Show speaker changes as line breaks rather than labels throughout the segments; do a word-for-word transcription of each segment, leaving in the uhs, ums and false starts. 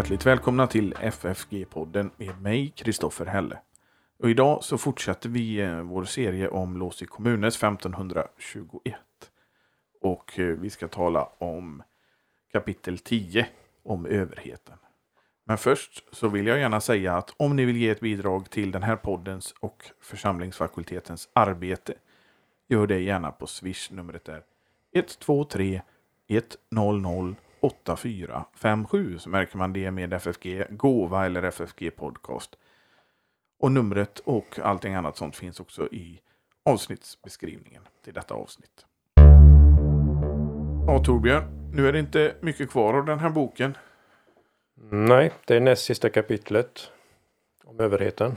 hjärtligt välkomna till F F G-podden med mig, Kristoffer Helle. Och idag så fortsätter vi eh, vår serie om Låsi kommunes femtonhundratjugoett. Och eh, vi ska tala om kapitel tio, om överheten. Men först så vill jag gärna säga att om ni vill ge ett bidrag till den här poddens och församlingsfakultetens arbete, gör det gärna på Swish. Numret är ett två tre ett noll noll åtta fyra fem sju, så märker man det med F F G gåva eller F F G podcast. Och numret och allting annat sånt finns också i avsnittsbeskrivningen till detta avsnitt. Ja, Torbjörn, nu är det inte mycket kvar av den här boken.
Nej, det är näst sista kapitlet om överheten.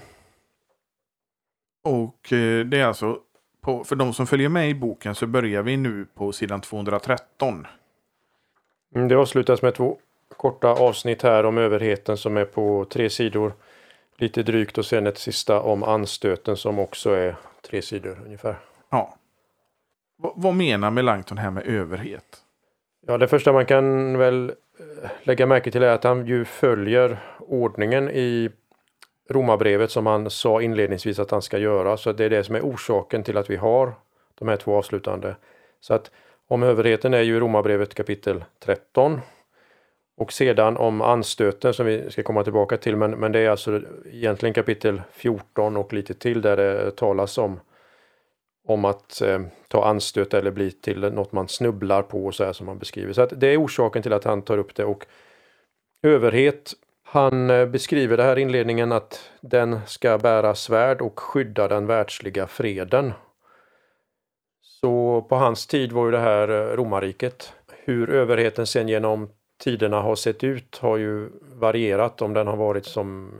Och eh, det är alltså, på, för de som följer med i boken så börjar vi nu på sidan tvåhundratretton.
Mm, det avslutas med två korta avsnitt här om överheten som är på tre sidor. Lite drygt, och sen ett sista om anstöten som också är tre sidor ungefär.
Ja. V- vad menar Melanchthon här med överhet?
Ja, det första man kan väl lägga märke till är att han ju följer ordningen i Romarbrevet som han sa inledningsvis att han ska göra. Så det är det som är orsaken till att vi har de här två avslutande. Så att om överheten är ju Romarbrevet kapitel tretton. Och sedan om anstöten som vi ska komma tillbaka till. Men, men det är alltså egentligen kapitel fjorton och lite till där det talas om, om att eh, ta anstöt eller bli till något man snubblar på, så här som man beskriver. Så att det är orsaken till att han tar upp det. Och överhet, han eh, beskriver det här i inledningen att den ska bära svärd och skydda den världsliga freden. Så på hans tid var ju det här eh, romarriket. Hur överheten sen genom tiderna har sett ut har ju varierat, om den har varit som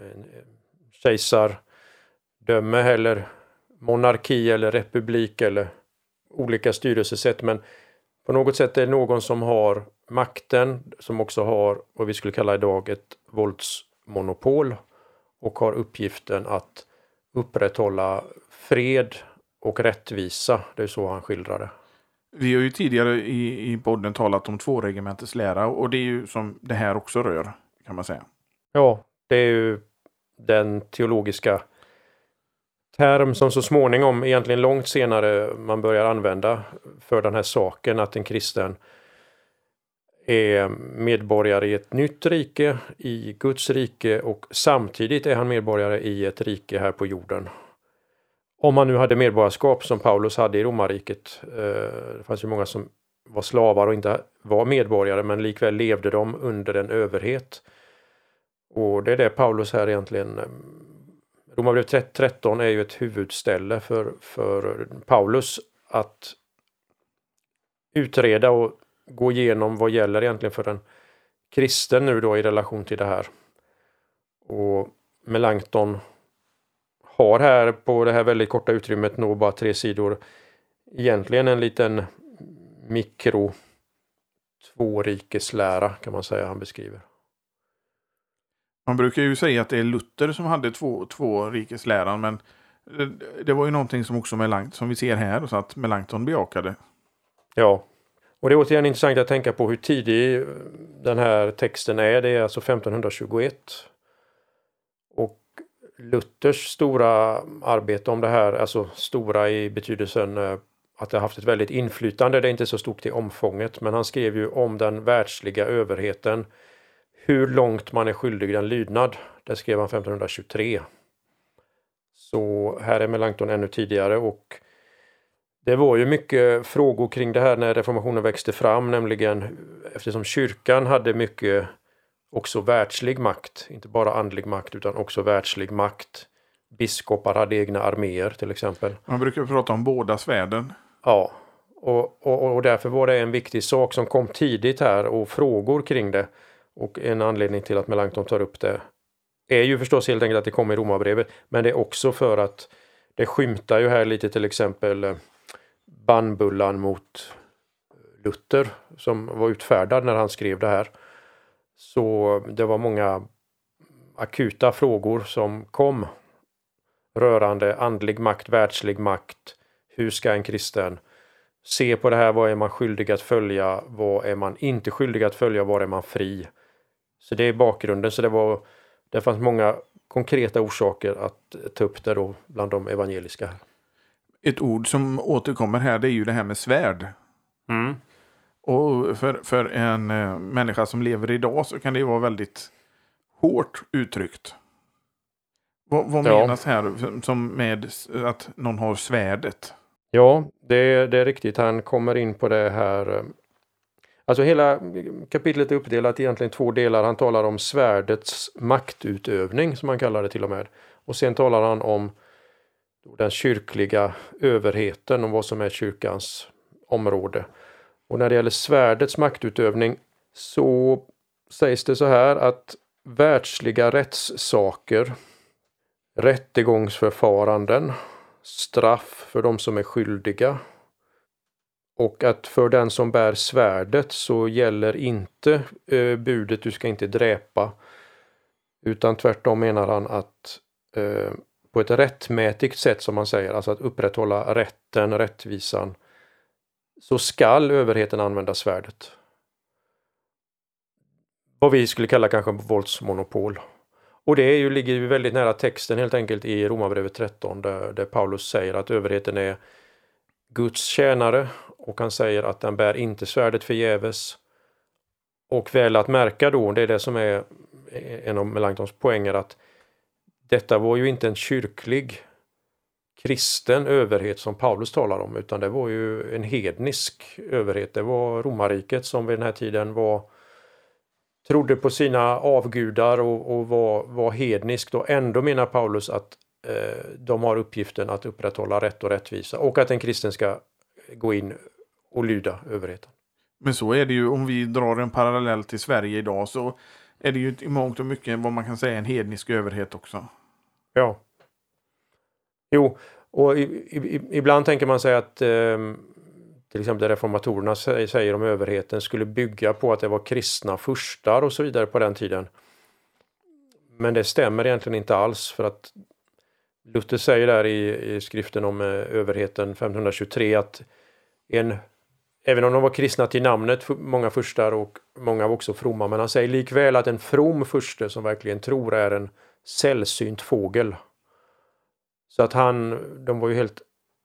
kejsardöme eller monarki eller republik eller olika styrelsesätt. Men på något sätt är det någon som har makten, som också har vad vi skulle kalla idag ett våldsmonopol och har uppgiften att upprätthålla fred och rättvisa. Det är så han skildrar det.
Vi har ju tidigare i, i podden talat om två regementets lära, och det är ju som det här också rör, kan man säga.
Ja, det är ju den teologiska term som så småningom, egentligen långt senare, man börjar använda för den här saken, att en kristen är medborgare i ett nytt rike, i Guds rike, och samtidigt är han medborgare i ett rike här på jorden. Om man nu hade medborgarskap som Paulus hade i romarriket. Det fanns ju många som var slavar och inte var medborgare, men likväl levde de under en överhet. Och det är det Paulus här egentligen... Romarbrevet tretton är ju ett huvudställe för, för Paulus att utreda och gå igenom vad gäller egentligen för en kristen nu då i relation till det här. Och Melanchthon har här på det här väldigt korta utrymmet, nog bara tre sidor, egentligen en liten mikro tvårikeslära kan man säga han beskriver.
Man brukar ju säga att det är Luther som hade två, två rikesläran, men det, det var ju någonting som också Melanchthon, som vi ser här, så att Melanchthon bejakade.
Ja, och det är återigen intressant att tänka på hur tidig den här texten är. Det är alltså femtonhundratjugoett. Och Luthers stora arbete om det här, alltså stora i betydelsen att det har haft ett väldigt inflytande, det är inte så stort i omfånget, men han skrev ju om den världsliga överheten, hur långt man är skyldig den lydnad. Det skrev han femtonhundratjugotre. Så här är Melanchthon ännu tidigare, och det var ju mycket frågor kring det här när reformationen växte fram, nämligen eftersom kyrkan hade mycket också världslig makt, inte bara andlig makt utan också världslig makt. Biskopar hade egna arméer till exempel.
Man brukar prata om båda svärden.
Ja, och, och, och därför var det en viktig sak som kom tidigt här, och frågor kring det. Och en anledning till att Melanchthon tar upp det är ju förstås helt enkelt att det kommer i Romarbrevet, men det är också för att det skymtar ju här lite till exempel bannbullan mot Luther som var utfärdad när han skrev det här. Så det var många akuta frågor som kom rörande andlig makt, världslig makt. Hur ska en kristen se på det här? Vad är man skyldig att följa? Vad är man inte skyldig att följa? Var är man fri? Så det är bakgrunden. Så det, var, det fanns många konkreta orsaker att ta upp det då bland de evangeliska.
Ett ord som återkommer här, det är ju det här med svärd.
Mm.
Och för, för en eh, människa som lever idag så kan det ju vara väldigt hårt uttryckt. Vad, vad
Ja.
menas här som med att någon har svärdet?
Ja, det, det är riktigt. Han kommer in på det här. Alltså hela kapitlet är uppdelat i egentligen två delar. Han talar om svärdets maktutövning, som han kallar det till och med. Och sen talar han om den kyrkliga överheten, om vad som är kyrkans område. Och när det gäller svärdets maktutövning så sägs det så här att världsliga rättssaker, rättegångsförfaranden, straff för de som är skyldiga, och att för den som bär svärdet så gäller inte eh, budet du ska inte dräpa, utan tvärtom menar han att eh, på ett rättmätigt sätt, som man säger, alltså att upprätthålla rätten, rättvisan, så skall överheten använda svärdet. Vad vi skulle kalla kanske våldsmonopol. Och det är ju, ligger ju väldigt nära texten helt enkelt i Romarbrevet tretton där, där Paulus säger att överheten är Guds tjänare, och han säger att den bär inte svärdet förgäves. Och väl att märka då, det är det som är en av Melanchtons poänger, att detta var ju inte en kyrklig kristen överhet som Paulus talar om, utan det var ju en hednisk överhet. Det var romarriket som vid den här tiden var trodde på sina avgudar och, och var, var hedniskt, och ändå menar Paulus att eh, de har uppgiften att upprätthålla rätt och rättvisa, och att en kristen ska gå in och lyda överheten.
Men så är det ju, om vi drar en parallell till Sverige idag, så är det ju i mångt och mycket vad man kan säga en hednisk överhet också.
Ja. Jo, och i, i, ibland tänker man sig att eh, till exempel reformatorerna säger om överheten skulle bygga på att det var kristna furstar och så vidare på den tiden. Men det stämmer egentligen inte alls, för att Luther säger där i, i skriften om eh, överheten femtonhundratjugotre att en, även om de var kristna till namnet, många furstar och många var också fromma, men han säger likväl att en from furste som verkligen tror är en sällsynt fågel. Så att han, de var ju helt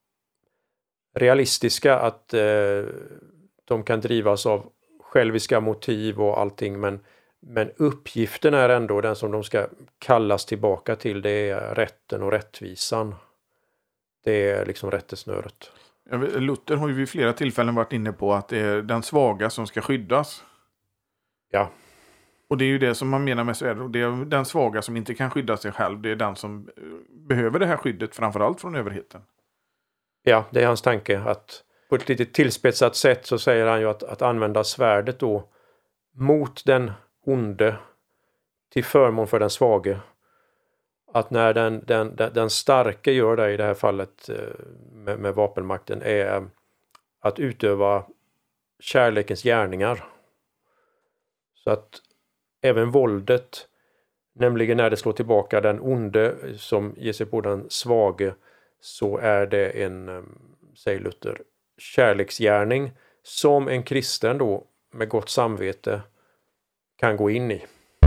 realistiska att eh, de kan drivas av själviska motiv och allting, men, men uppgiften är ändå den som de ska kallas tillbaka till, det är rätten och rättvisan. Det är liksom rättesnöret.
Luther har ju vid flera tillfällen varit inne på att det är den svaga som ska skyddas.
Ja.
Och det är ju det som man menar med svärd. Det är den svaga som inte kan skydda sig själv. Det är den som behöver det här skyddet, framförallt från överheten.
Ja, det är hans tanke, att på ett lite tillspetsat sätt så säger han ju att, att använda svärdet då mot den onde till förmån för den svage. Att när den, den, den, den starke gör det i det här fallet med, med vapenmakten är att utöva kärlekens gärningar. Så att även våldet, nämligen när det slår tillbaka den onde som ger sig på den svage, så är det en, säger Luther, kärleksgärning som en kristen då med gott samvete kan gå in i.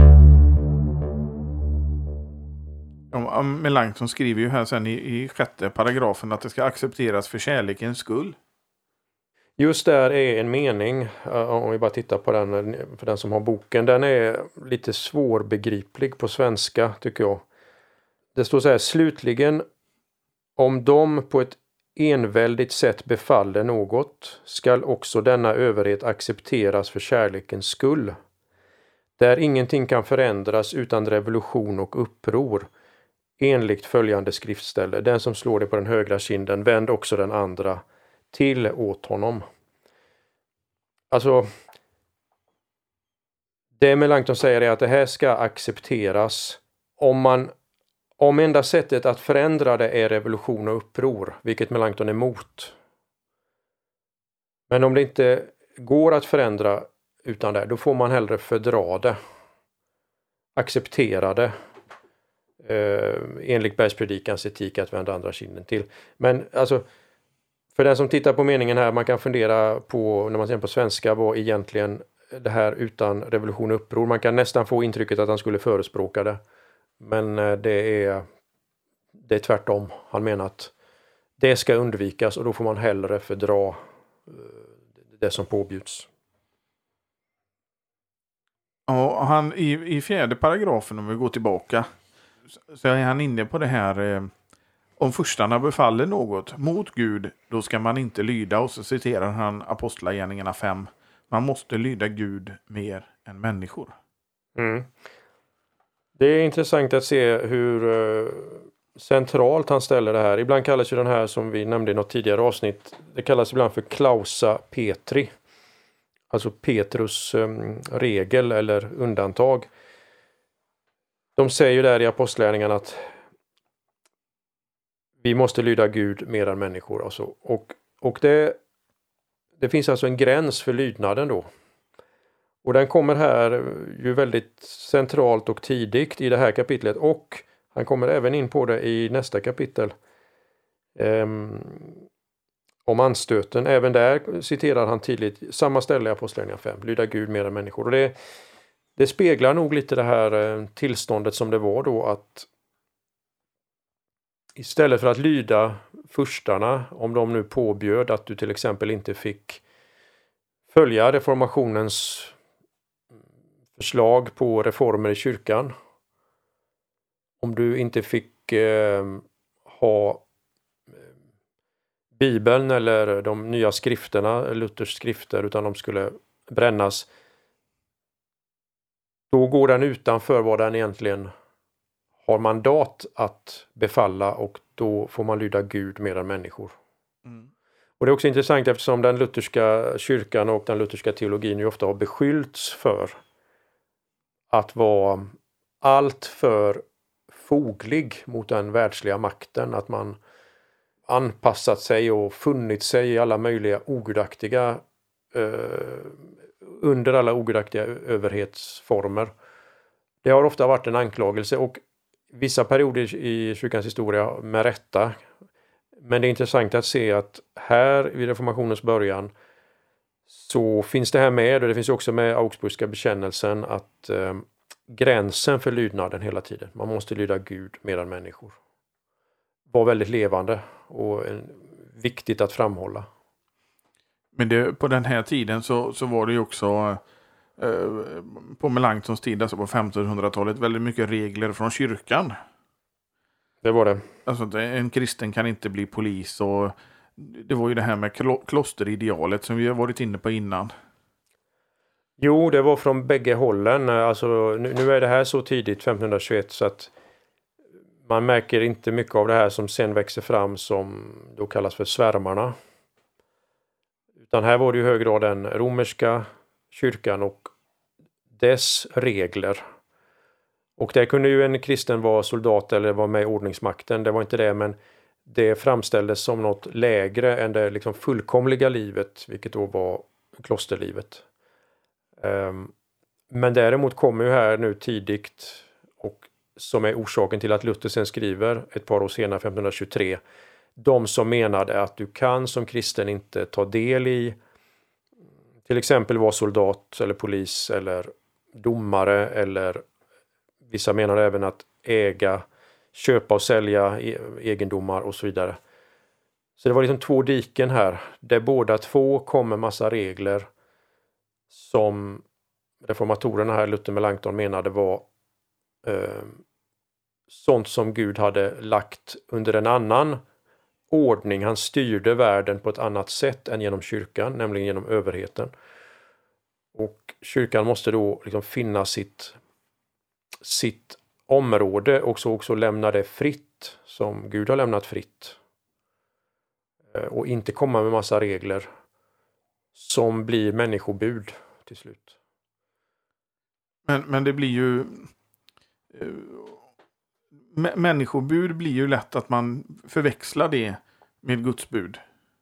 Ja, Melanchthon skriver ju här sen i, i sjätte paragrafen att det ska accepteras för kärlekens skull.
Just där är en mening, om vi bara tittar på den, för den som har boken, den är lite svårbegriplig på svenska tycker jag. Det står så här: slutligen, om de på ett enväldigt sätt befaller något, skall också denna överhet accepteras för kärlekens skull. Där ingenting kan förändras utan revolution och uppror. Enligt följande skriftställe: den som slår dig på den högra kinden, vänd också den andra till åt honom. Alltså, det Melanchthon säger är att det här ska accepteras om man Om enda sättet att förändra det är revolution och uppror, vilket Melanchthon är emot. Men om det inte går att förändra utan det, då får man hellre fördra det. Acceptera det. Eh, enligt Bergspredikans etik att vända andra kinden till. Men alltså, för den som tittar på meningen här, man kan fundera på, när man ser på svenska, vad egentligen det här utan revolution och uppror. Man kan nästan få intrycket att han skulle förespråka det. Men det är, det är tvärtom. Han menar att det ska undvikas och då får man hellre fördra det som påbjuds.
Ja, han, i, i fjärde paragrafen, om vi går tillbaka, så är han inne på det här: eh, om förstarna befaller något mot Gud, då ska man inte lyda. Och så citerar han Apostlagärningarna fem. Man måste lyda Gud mer än människor.
Mm. Det är intressant att se hur uh, centralt han ställer det här. Ibland kallas ju den här, som vi nämnde i något tidigare avsnitt, det kallas ibland för Clausa Petri. Alltså Petrus um, regel eller undantag. De säger ju där i Apostlagärningarna att vi måste lyda Gud mer än människor. Alltså. Och, och det, det finns alltså en gräns för lydnaden då. Och den kommer här ju väldigt centralt och tidigt i det här kapitlet. Och han kommer även in på det i nästa kapitel. Um, om anstöten. Även där citerar han tydligt samma ställe i Apostlagärningarna fem. Lyda Gud mer än människor. Och det, det speglar nog lite det här tillståndet som det var då, att istället för att lyda furstarna, om de nu påbjöd att du till exempel inte fick följa reformationens förslag på reformer i kyrkan, om du inte fick eh, ha Bibeln eller de nya skrifterna, Luthers skrifter, utan de skulle brännas, då går den utanför vad den egentligen har mandat att befalla, och då får man lyda Gud mer än människor. Mm. Och det är också intressant eftersom den lutherska kyrkan och den lutherska teologin ju ofta har beskyllts för att vara allt för foglig mot den världsliga makten, att man anpassat sig och funnit sig i alla möjliga ogudaktiga eh, under alla ogudaktiga överhetsformer. Det har ofta varit en anklagelse, och vissa perioder i kyrkans historia med rätta. Men det är intressant att se att här vid reformationens början så finns det här med, och det finns också med Augsburgska bekännelsen, att eh, gränsen för lydnaden hela tiden, man måste lyda Gud mer än människor, var väldigt levande och en, viktigt att framhålla.
Men det, på den här tiden så, så var det ju också eh, på Melanchtons tid, alltså på femtonhundratalet, väldigt mycket regler från kyrkan.
Det var det.
Alltså en kristen kan inte bli polis, och det var ju det här med klo- klosteridealet som vi har varit inne på innan.
Jo, det var från bägge hållen. Alltså, nu, nu är det här så tidigt, femtonhundratjugoett, så att man märker inte mycket av det här som sen växer fram som då kallas för svärmarna. Utan här var det ju hög grad den romerska kyrkan och dess regler. Och där kunde ju en kristen vara soldat eller vara med i ordningsmakten, det var inte det, men det framställdes som något lägre än det liksom fullkomliga livet, vilket då var klosterlivet. Um, men däremot kommer ju här nu tidigt, och som är orsaken till att Luther sen skriver ett par år senare, femtonhundratjugotre, de som menade att du kan som kristen inte ta del i till exempel vara soldat eller polis eller domare, eller vissa menar även att äga, köpa och sälja egendomar och så vidare. Så det var liksom två diken här, där båda två kommer massa regler som reformatorerna här, Luther, Melanchthon, menade var eh, sånt som Gud hade lagt under en annan ordning. Han styrde världen på ett annat sätt än genom kyrkan, nämligen genom överheten. Och kyrkan måste då liksom finna sitt, sitt område och så också lämna det fritt som Gud har lämnat fritt. Och inte komma med massa regler som blir människobud till slut.
Men, men det blir ju... Mä- människobud blir ju lätt att man förväxlar det med Guds bud.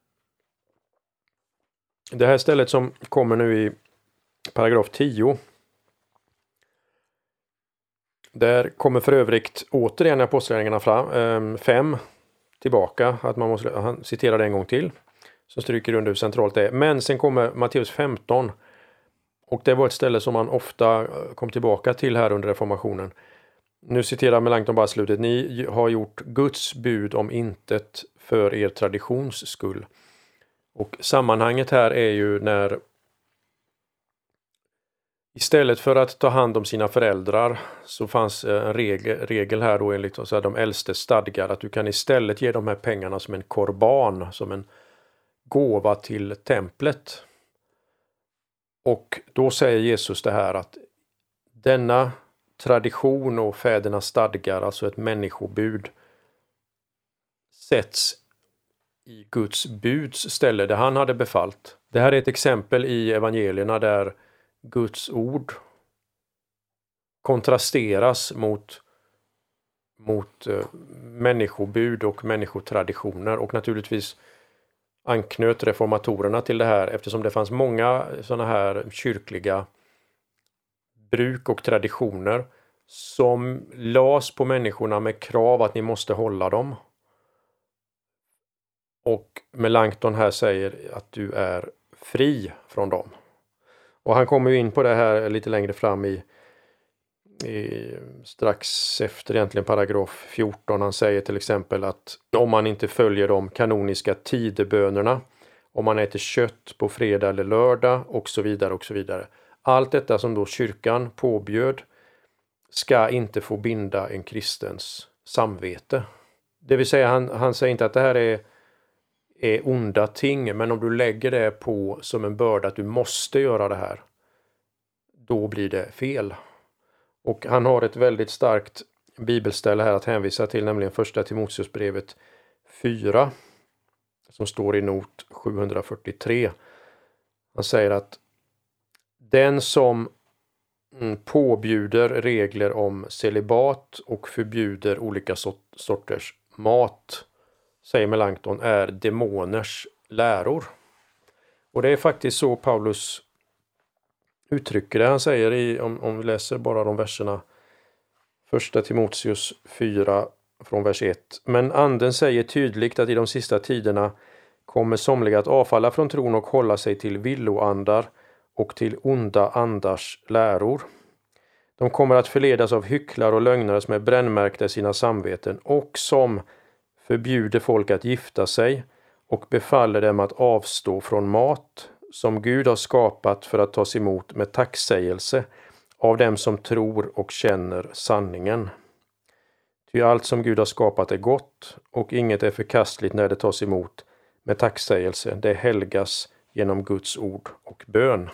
Det här stället som kommer nu i paragraf tio. Där kommer för övrigt återigen Apostlagärningarna fram, fem tillbaka. Att man måste, han citerar det en gång till. Så stryker under hur centralt det är. Men sen kommer Matteus femton. Och det var ett ställe som man ofta kom tillbaka till här under reformationen. Nu citerar Melanchthon bara slutet. Ni har gjort Guds bud om intet för er traditions skull. Och sammanhanget här är ju när istället för att ta hand om sina föräldrar så fanns en regel, regel här då enligt så här, de äldste stadgar att du kan istället ge de här pengarna som en korban, som en gåva till templet. Och då säger Jesus det här att denna tradition och fädernas stadgar, alltså ett människobud, sätts i Guds buds ställe där han hade befallt. Det här är ett exempel i evangelierna där Guds ord kontrasteras mot, mot uh, människobud och människotraditioner, och naturligtvis anknöt reformatorerna till det här eftersom det fanns många sådana här kyrkliga bruk och traditioner som las på människorna med krav att ni måste hålla dem. Och Melanchthon här säger att du är fri från dem. Och han kommer ju in på det här lite längre fram i, i strax efter egentligen paragraf fjorton. Han säger till exempel att om man inte följer de kanoniska tidebönerna, om man äter kött på fredag eller lördag och så vidare och så vidare. Allt detta som då kyrkan påbjöd ska inte få binda en kristens samvete. Det vill säga han, han säger inte att det här är är onda ting, men om du lägger det på som en börda att du måste göra det här, då blir det fel. Och han har ett väldigt starkt bibelställe här att hänvisa till, nämligen första Timoteusbrevet fyra som står i not sjuhundrafyrtiotre. Han säger att den som påbjuder regler om celibat och förbjuder olika sorters mat, säger Melanchthon, är demoners läror. Och det är faktiskt så Paulus uttrycker det. Han säger i, om, om vi läser bara de verserna, första Timoteus fyra från vers ett. Men anden säger tydligt att i de sista tiderna kommer somliga att avfalla från tron och hålla sig till villoandar och till onda andars läror. De kommer att förledas av hycklare och lögnare som är brännmärkta i sina samveten och som förbjuder folk att gifta sig och befaller dem att avstå från mat som Gud har skapat för att tas emot med tacksägelse av dem som tror och känner sanningen. Ty allt som Gud har skapat är gott och inget är förkastligt när det tas emot med tacksägelse. Det helgas genom Guds ord och bön.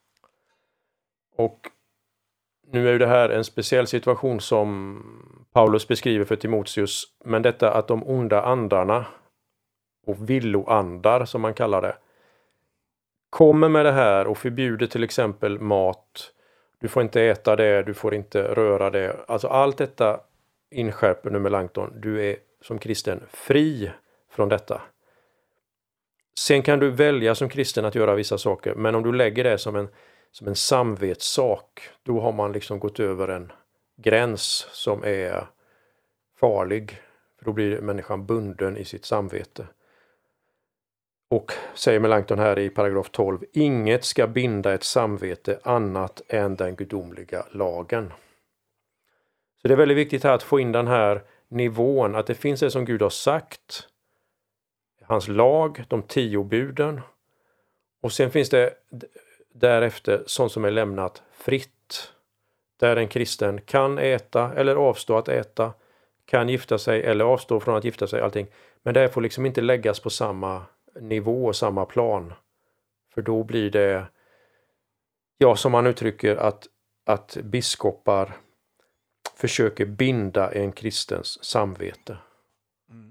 Och nu är ju det här en speciell situation som Paulus beskriver för Timoteus, men detta att de onda andarna och villoandar som man kallar det kommer med det här och förbjuder till exempel mat. Du får inte äta det, du får inte röra det. Alltså allt detta inskärper nu Melanchthon. Du är som kristen fri från detta. Sen kan du välja som kristen att göra vissa saker, men om du lägger det som en som en samvetssak, då har man liksom gått över en gräns som är farlig. För då blir människan bunden i sitt samvete. Och säger Melanchthon här i paragraf tolv, inget ska binda ett samvete annat än den gudomliga lagen. Så det är väldigt viktigt här att få in den här nivån, att det finns det som Gud har sagt, hans lag, de tio buden, och sen finns det därefter sånt som är lämnat fritt, där en kristen kan äta eller avstå att äta, kan gifta sig eller avstå från att gifta sig, allting. Men det får liksom inte läggas på samma nivå och samma plan. För då blir det, ja, som man uttrycker, att, att biskopar försöker binda en kristens samvete.
Mm.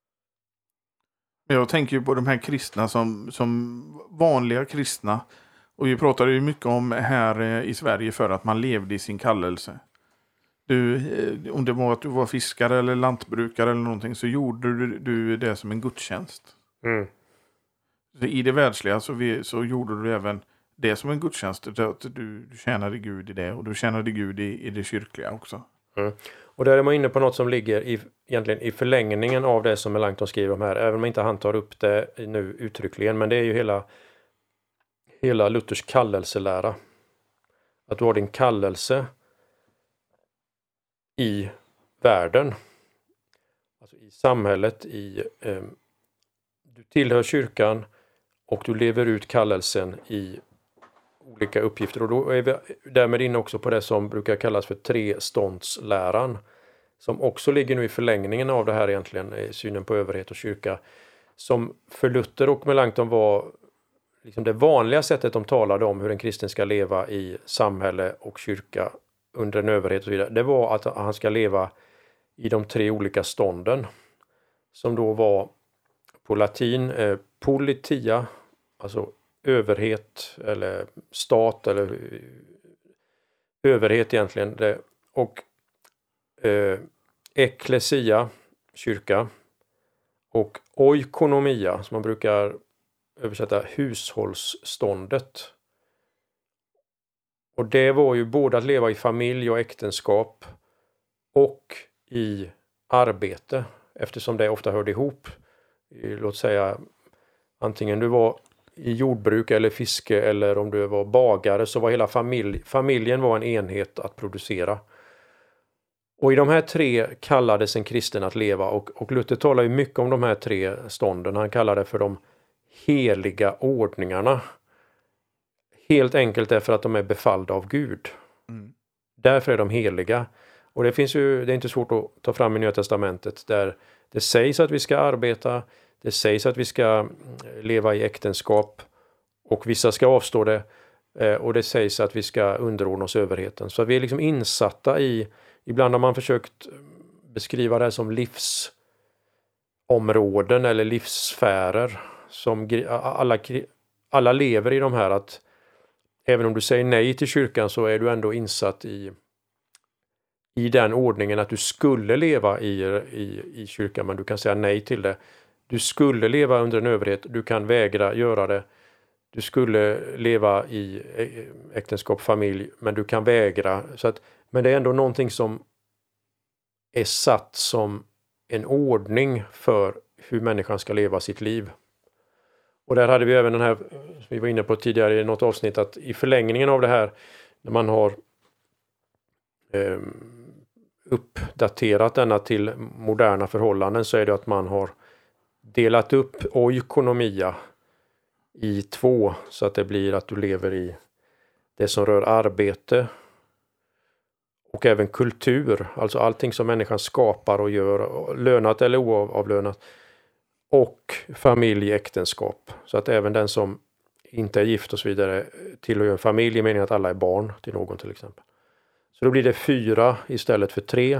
Jag tänker ju på de här kristna som, som vanliga kristna. Och vi pratade ju mycket om här i Sverige för att man levde i sin kallelse. Du, om det var att du var fiskare eller lantbrukare eller någonting, så gjorde du, du det som en gudstjänst.
Mm.
Så i det världsliga så, vi, så gjorde du även det som en gudstjänst. Att du, du tjänade Gud i det, och du tjänade Gud i, i det kyrkliga också.
Mm. Och där är man inne på något som ligger i, egentligen i förlängningen av det som Melanchthon skriver om här. Även om inte han tar upp det nu uttryckligen. Men det är ju hela, hela Luthers kallelselära. Att du har din kallelse i världen. Alltså i samhället. I, eh, du tillhör kyrkan och du lever ut kallelsen i olika uppgifter. Och då är vi därmed inne också på det som brukar kallas för treståndsläran. Som också ligger nu i förlängningen av det här egentligen, synen på överhet och kyrka. Som för Luther och Melanchthon var liksom det vanliga sättet de talade om hur en kristen ska leva i samhälle och kyrka under en överhet och så vidare. Det var att han ska leva i de tre olika stånden. Som då var på latin eh, politia, alltså överhet eller stat eller överhet egentligen. Det, och eh, ecclesia, kyrka. Och oikonomia, som man brukar översätta hushållsståndet. Och det var ju både att leva i familj och äktenskap och i arbete, eftersom det ofta hörde ihop. Låt säga antingen du var i jordbruk eller fiske eller om du var bagare, så var hela familj, familjen var en enhet att producera. Och i de här tre kallades en kristen att leva, och, och Luther talar ju mycket om de här tre stånden. Han kallar det för de heliga ordningarna. Helt enkelt därför att de är befallda av Gud. Mm. Därför är de heliga. Och det finns ju, det är inte svårt att ta fram i Nya testamentet där det sägs att vi ska arbeta, det sägs att vi ska leva i äktenskap och vissa ska avstå det, och det sägs att vi ska underordna oss överheten. Så vi är liksom insatta i, ibland har man försökt beskriva det som livsområden eller livssfärer som alla, alla lever i de här, att även om du säger nej till kyrkan så är du ändå insatt i i den ordningen att du skulle leva i, i, i kyrkan, men du kan säga nej till det. Du skulle leva under en överhet, du kan vägra göra det. Du skulle leva i äktenskap, familj, men du kan vägra. Så att, men det är ändå någonting som är satt som en ordning för hur människan ska leva sitt liv. Och där hade vi även den här, som vi var inne på tidigare i något avsnitt, att i förlängningen av det här, när man har eh, uppdaterat denna till moderna förhållanden, så är det att man har delat upp oikonomia i två, så att det blir att du lever i det som rör arbete och även kultur, alltså allting som människan skapar och gör, lönat eller oavlönat, och familj, äktenskap. Så att även den som inte är gift och så vidare tillhör en familj, i meningen att alla är barn till någon till exempel. Så då blir det fyra istället för tre.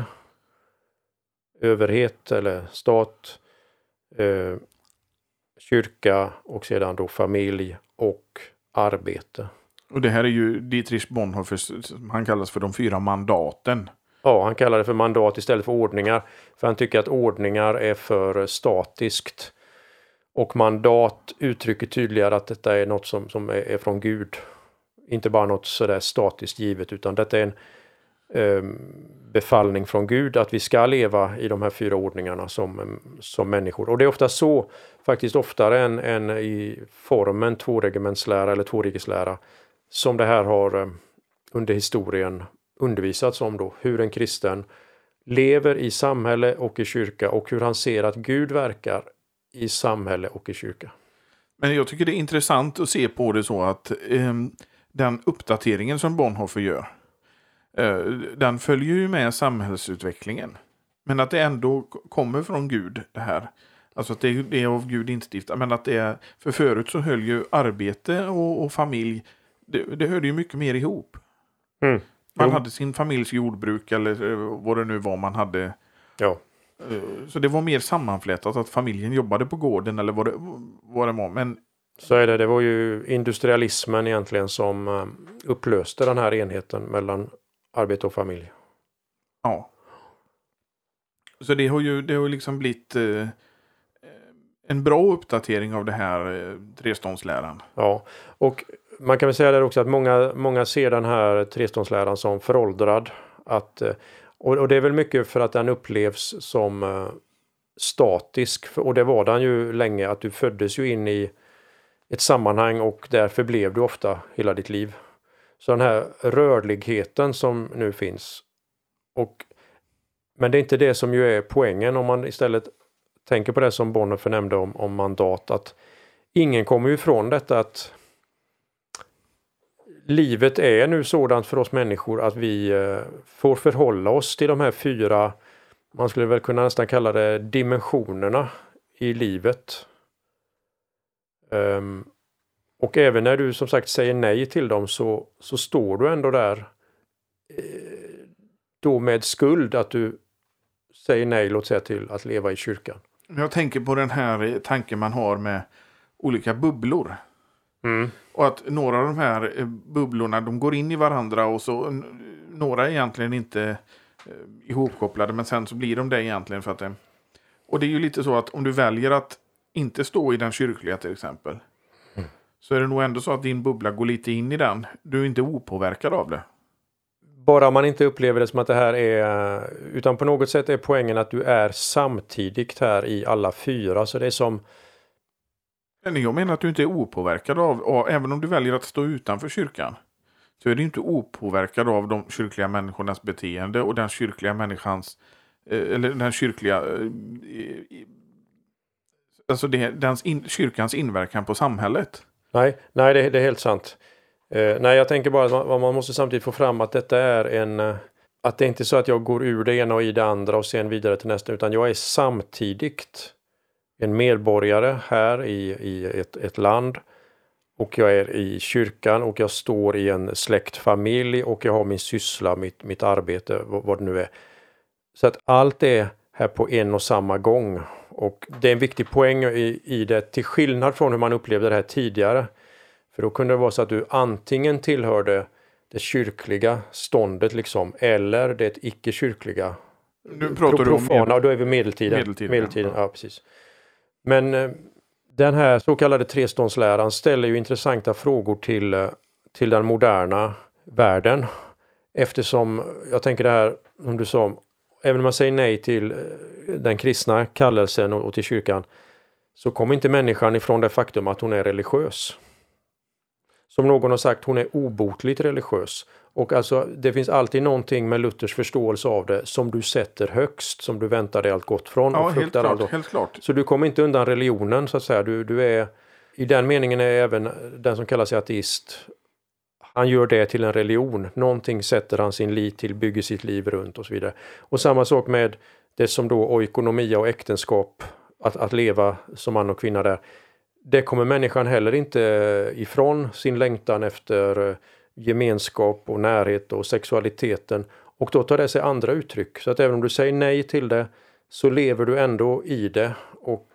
Överhet eller stat, eh, kyrka och sedan då familj och arbete.
Och det här är ju Dietrich Bonhoeffer, han kallas för de fyra mandaten.
Ja, han kallar det för mandat istället för ordningar. För han tycker att ordningar är för statiskt. Och mandat uttrycker tydligare att detta är något som, som är, är från Gud. Inte bara något sådär statiskt givet, utan detta är en eh, befallning från Gud att vi ska leva i de här fyra ordningarna som, som människor. Och det är ofta så, faktiskt oftare än, än i formen tvåregementslära eller tvårikeslära, som det här har eh, under historien undervisats om då, hur en kristen lever i samhälle och i kyrka och hur han ser att Gud verkar i samhälle och i kyrka.
Men jag tycker det är intressant att se på det så att eh, den uppdateringen som Bonhoeffer gör, eh, den följer ju med samhällsutvecklingen. Men att det ändå kommer från Gud det här. Alltså att det är, det är av Gud instiftat. Men att det är, för förut så höll ju arbete och, och familj, det, det höll ju mycket mer ihop.
Mm.
Man hade sin familjs jordbruk eller vad det nu var man hade.
Ja.
Så det var mer sammanflätat att familjen jobbade på gården eller vad det, vad det var. Men
så är det, det var ju industrialismen egentligen som upplöste den här enheten mellan arbete och familj.
Ja. Så det har ju det har liksom blivit eh, en bra uppdatering av det här eh, treståndsläran.
Ja, och man kan väl säga där också att många, många ser den här treståndsläran som föråldrad. Att, och, och det är väl mycket för att den upplevs som uh, statisk. Och det var den ju länge, att du föddes ju in i ett sammanhang och därför blev du ofta hela ditt liv. Så den här rörligheten som nu finns. Och, men det är inte det som ju är poängen om man istället tänker på det som Bonhoeffer nämnde om, om mandat. Att ingen kommer ju ifrån detta att livet är nu sådant för oss människor att vi eh, får förhålla oss till de här fyra, man skulle väl kunna nästan kalla det dimensionerna i livet. Um, och även när du som sagt säger nej till dem så, så står du ändå där eh, då med skuld att du säger nej, låt säga, till att leva i kyrkan.
Jag tänker på den här tanken man har med olika bubblor.
Mm.
Och att några av de här bubblorna, de går in i varandra och så några är egentligen inte eh, ihopkopplade, men sen så blir de det egentligen för att det... Och det är ju lite så att om du väljer att inte stå i den kyrkliga till exempel, mm. så är det nog ändå så att din bubbla går lite in i den. Du är inte opåverkad av det.
Bara man inte upplever det som att det här är, utan på något sätt är poängen att du är samtidigt här i alla fyra, så det är som...
Jag menar att du inte är opåverkad av, av, även om du väljer att stå utanför kyrkan, så är du inte opåverkad av de kyrkliga människornas beteende och den kyrkliga människans, eh, eller den kyrkliga, eh, alltså det, dens in, kyrkans inverkan på samhället.
Nej, nej det, det är helt sant. Eh, nej, jag tänker bara att man, man måste samtidigt få fram att detta är en, att det är inte så att jag går ur det ena och i det andra och sen vidare till nästa, utan jag är samtidigt en medborgare här i, i ett, ett land, och jag är i kyrkan och jag står i en släktfamilj och jag har min syssla, mitt, mitt arbete, vad, vad det nu är. Så att allt är här på en och samma gång, och det är en viktig poäng i, i det, till skillnad från hur man upplevde det här tidigare. För då kunde det vara så att du antingen tillhörde det kyrkliga ståndet liksom, eller det icke-kyrkliga.
Nu pratar du om
profana, och då är vi medeltiden.
Medeltiden,
medeltiden
ja.
ja, precis. Men eh, den här så kallade treståndsläran ställer ju intressanta frågor till, eh, till den moderna världen. Eftersom, jag tänker det här, som du sa, även om man säger nej till eh, den kristna kallelsen och, och till kyrkan, så kommer inte människan ifrån det faktum att hon är religiös. Som någon har sagt, hon är obotligt religiös. Och alltså, det finns alltid någonting med Luthers förståelse av det som du sätter högst, som du väntar dig allt gott från.
Ja,
och
helt klart,
allt.
helt klart.
Så du kommer inte undan religionen, så att säga. Du, du är, i den meningen är även den som kallar sig ateist, han gör det till en religion. Någonting sätter han sin lit till, bygger sitt liv runt och så vidare. Och samma sak med det som då oikonomia och äktenskap, att, att leva som man och kvinna där. Det kommer människan heller inte ifrån sin längtan efter gemenskap och närhet och sexualiteten. Och då tar det sig andra uttryck. Så att även om du säger nej till det, så lever du ändå i det. Och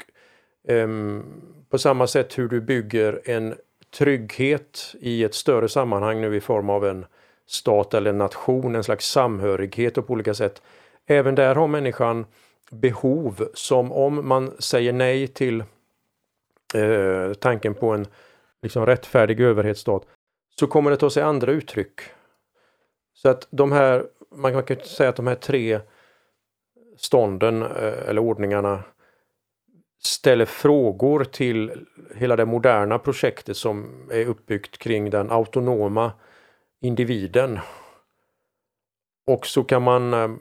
um, på samma sätt hur du bygger en trygghet i ett större sammanhang nu i form av en stat eller en nation, en slags samhörighet och på olika sätt. Även där har människan behov som, om man säger nej till eh, tanken på en liksom rättfärdig överhetsstat, så kommer det ta sig andra uttryck. Så att de här, man kan säga att de här tre stånden eh, eller ordningarna ställer frågor till hela det moderna projektet som är uppbyggt kring den autonoma individen. Och så kan man eh,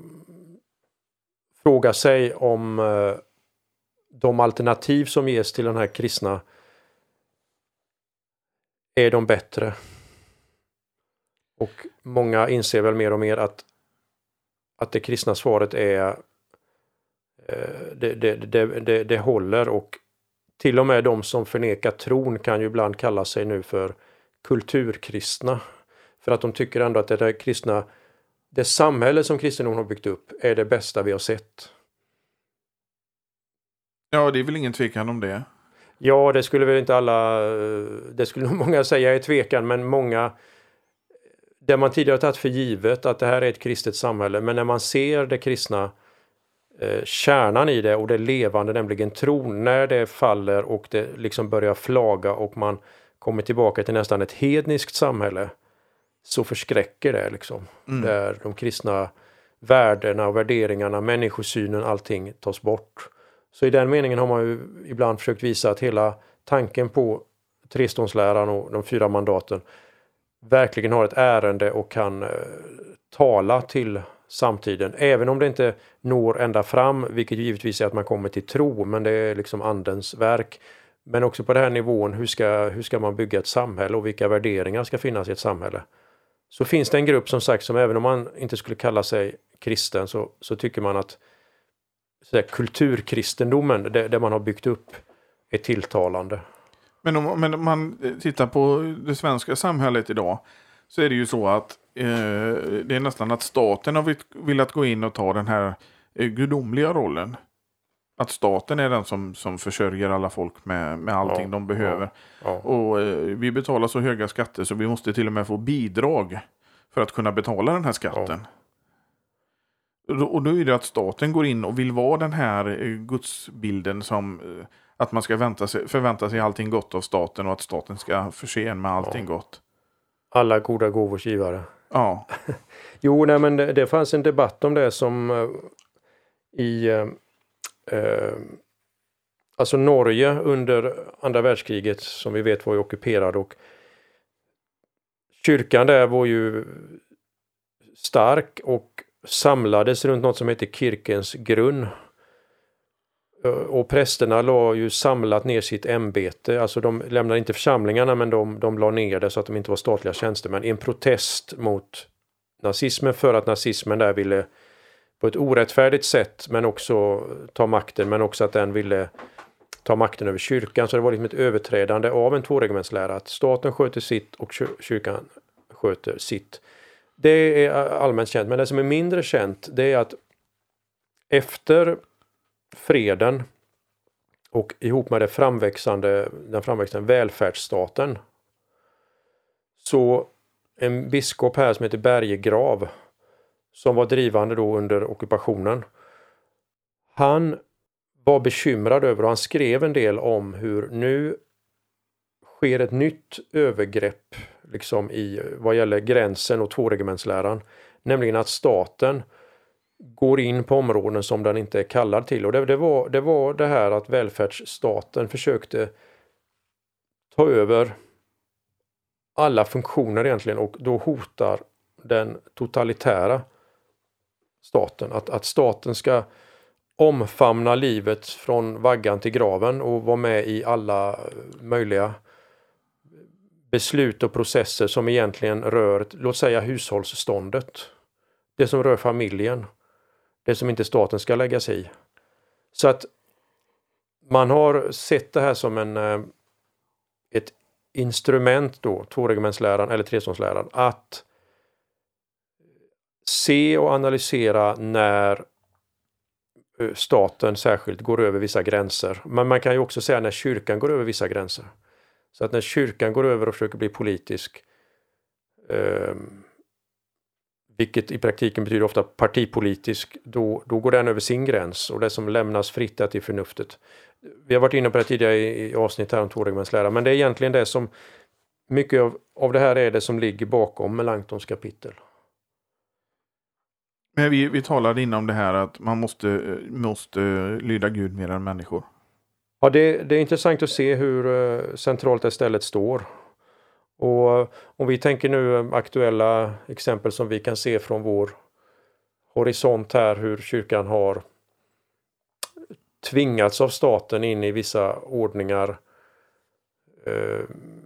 fråga sig om eh, de alternativ som ges till den här kristna, är de bättre? Och många inser väl mer och mer att, att det kristna svaret är Det, det, det, det, det håller, och till och med de som förnekar tron kan ju ibland kalla sig nu för kulturkristna, för att de tycker ändå att det där kristna, det samhälle som kristendomen har byggt upp, är det bästa vi har sett.
Ja, det är väl ingen tvekan om det.
Ja, det skulle väl inte alla, det skulle nog många säga är tvekan, men många, där man tidigare har tagit för givet att det här är ett kristet samhälle, men när man ser det kristna, kärnan i det och det levande, nämligen tron, när det faller och det liksom börjar flaga och man kommer tillbaka till nästan ett hedniskt samhälle, så förskräcker det liksom. Mm. Där de kristna värdena och värderingarna, människosynen, allting tas bort. Så i den meningen har man ju ibland försökt visa att hela tanken på treståndsläran och de fyra mandaten verkligen har ett ärende och kan eh, tala till samtiden. Även om det inte når ända fram, vilket givetvis är att man kommer till tro, men det är liksom andens verk. Men också på den här nivån, hur ska, hur ska man bygga ett samhälle och vilka värderingar ska finnas i ett samhälle? Så finns det en grupp som sagt som även om man inte skulle kalla sig kristen så, så tycker man att så där, kulturkristendomen, det, det man har byggt upp, är tilltalande.
Men om, men om man tittar på det svenska samhället idag så är det ju så att eh, det är nästan att staten har velat gå in och ta den här eh, gudomliga rollen. Att staten är den som, som försörjer alla folk med, med allting ja, de behöver. Ja, ja. Och eh, vi betalar så höga skatter så vi måste till och med få bidrag för att kunna betala den här skatten. Ja. Och, då, och då är det att staten går in och vill vara den här eh, gudsbilden som eh, att man ska vänta sig, förvänta sig allting gott av staten och att staten ska förse en med allting ja. gott.
Alla goda gåvors givare.
Ja.
Jo, nej, men det, det fanns en debatt om det som uh, i uh, uh, alltså Norge under andra världskriget som vi vet var ju ockuperad och kyrkan där var ju stark och samlades runt något som heter Kirkens grunn. Och prästerna la ju samlat ner sitt ämbete, alltså de lämnade inte församlingarna men de, de la ner det så att de inte var statliga tjänstemän i en protest mot nazismen för att nazismen där ville på ett orättfärdigt sätt men också ta makten men också att den ville ta makten över kyrkan, så det var liksom ett överträdande av en tvåregementslära att staten sköter sitt och kyrkan sköter sitt. Det är allmänt känt, men det som är mindre känt det är att efter freden och ihop med det framväxande, den framväxande välfärdsstaten så en biskop här som heter Bergegrav som var drivande då under ockupationen, han var bekymrad över och han skrev en del om hur nu sker ett nytt övergrepp liksom i vad gäller gränsen och tvåregementsläran, nämligen att staten går in på områden som den inte är kallad till. Och det, det, var, det var det här att välfärdsstaten försökte ta över alla funktioner egentligen och då hotar den totalitära staten. Att, att staten ska omfamna livet från vaggan till graven och vara med i alla möjliga beslut och processer som egentligen rör, låt säga hushållsståndet. Det som rör familjen. Det som inte staten ska lägga sig i. Så att man har sett det här som en ett instrument då, tvåregementsläran eller treståndsläran, att se och analysera när staten särskilt går över vissa gränser. Men man kan ju också säga när kyrkan går över vissa gränser. Så att när kyrkan går över och försöker bli politisk, eh, vilket i praktiken betyder ofta partipolitisk, då, då går den över sin gräns och det som lämnas fritt är till förnuftet. Vi har varit inne på det tidigare i, i avsnitt här om tvåregementslära, men det är egentligen det som, mycket av, av det här är det som ligger bakom Melanchtons kapitel.
Men vi, vi talade innan om det här att man måste, måste lyda Gud mer än människor.
Ja, det, det är intressant att se hur uh, centralt det stället står. Och uh, om vi tänker nu aktuella exempel som vi kan se från vår horisont här, hur kyrkan har tvingats av staten in i vissa ordningar uh,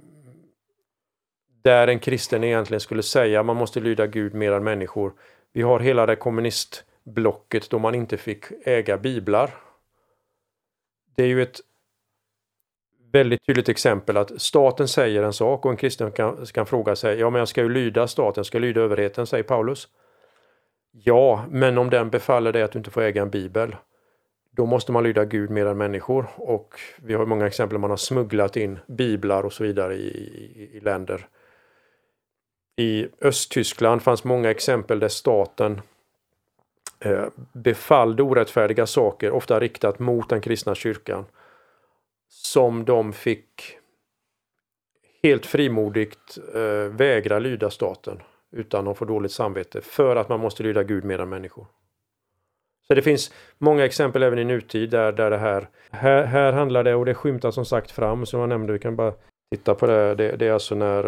där en kristen egentligen skulle säga man måste lyda Gud mer än människor. Vi har hela det kommunistblocket då man inte fick äga biblar. Det är ju ett väldigt tydligt exempel att staten säger en sak och en kristen kan, kan fråga sig, ja men jag ska ju lyda staten, jag ska lyda överheten, säger Paulus. Ja, men om den befaller dig att du inte får äga en bibel, då måste man lyda Gud mer än människor. Och vi har många exempel där man har smugglat in biblar och så vidare i, i, i länder. I Östtyskland fanns många exempel där staten eh, befallde orättfärdiga saker, ofta riktat mot den kristna kyrkan, som de fick helt frimodigt eh, vägra lyda staten utan att få dåligt samvete, för att man måste lyda Gud mer än människor. Så det finns många exempel även i nutid där, där det här, här, här handlar det, och det skymtar som sagt fram, som jag nämnde, vi kan bara titta på det, det, det är alltså när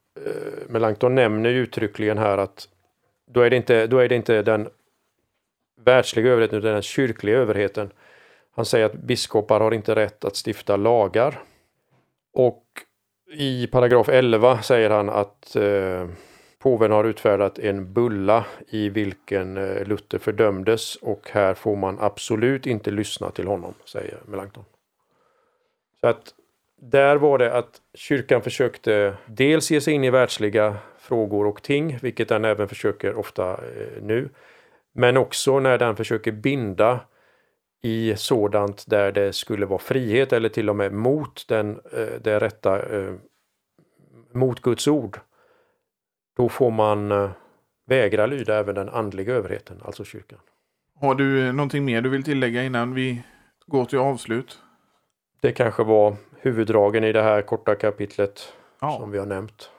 eh, Melanchthon nämner uttryckligen här att då är det inte, då är det inte den världsliga överheten utan den kyrkliga överheten. Han säger att biskopar har inte rätt att stifta lagar. Och i paragraf elva säger han att eh, påven har utfärdat en bulla i vilken eh, Luther fördömdes och här får man absolut inte lyssna till honom, säger Melanchthon. Så att där var det att kyrkan försökte dels ge sig in i världsliga frågor och ting, vilket den även försöker ofta eh, nu. Men också när den försöker binda i sådant där det skulle vara frihet eller till och med mot den, eh, det rätta, eh, mot Guds ord. Då får man eh, vägra lyda även den andliga överheten, alltså kyrkan.
Har du någonting mer du vill tillägga innan vi går till avslut?
Det kanske var huvuddragen i det här korta kapitlet
Ja.
som vi har nämnt.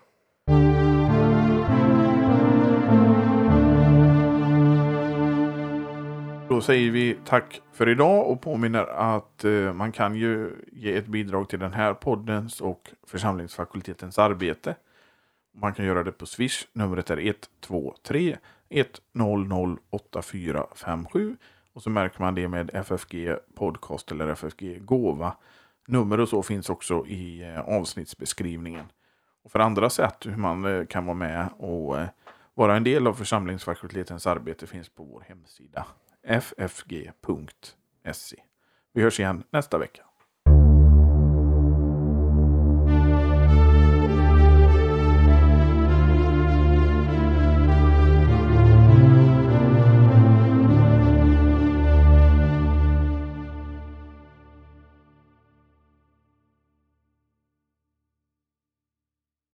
Då säger vi tack för idag och påminner att eh, man kan ju ge ett bidrag till den här poddens och församlingsfakultetens arbete. Man kan göra det på Swish. Numret är ett två tre ett noll noll åtta fyra fem sju och så märker man det med F F G podcast eller F F G gåva. Nummer och så finns också i eh, avsnittsbeskrivningen. Och för andra sätt hur man eh, kan vara med och eh, vara en del av församlingsfakultetens arbete finns på vår hemsida f f g punkt se. Vi hörs igen nästa vecka.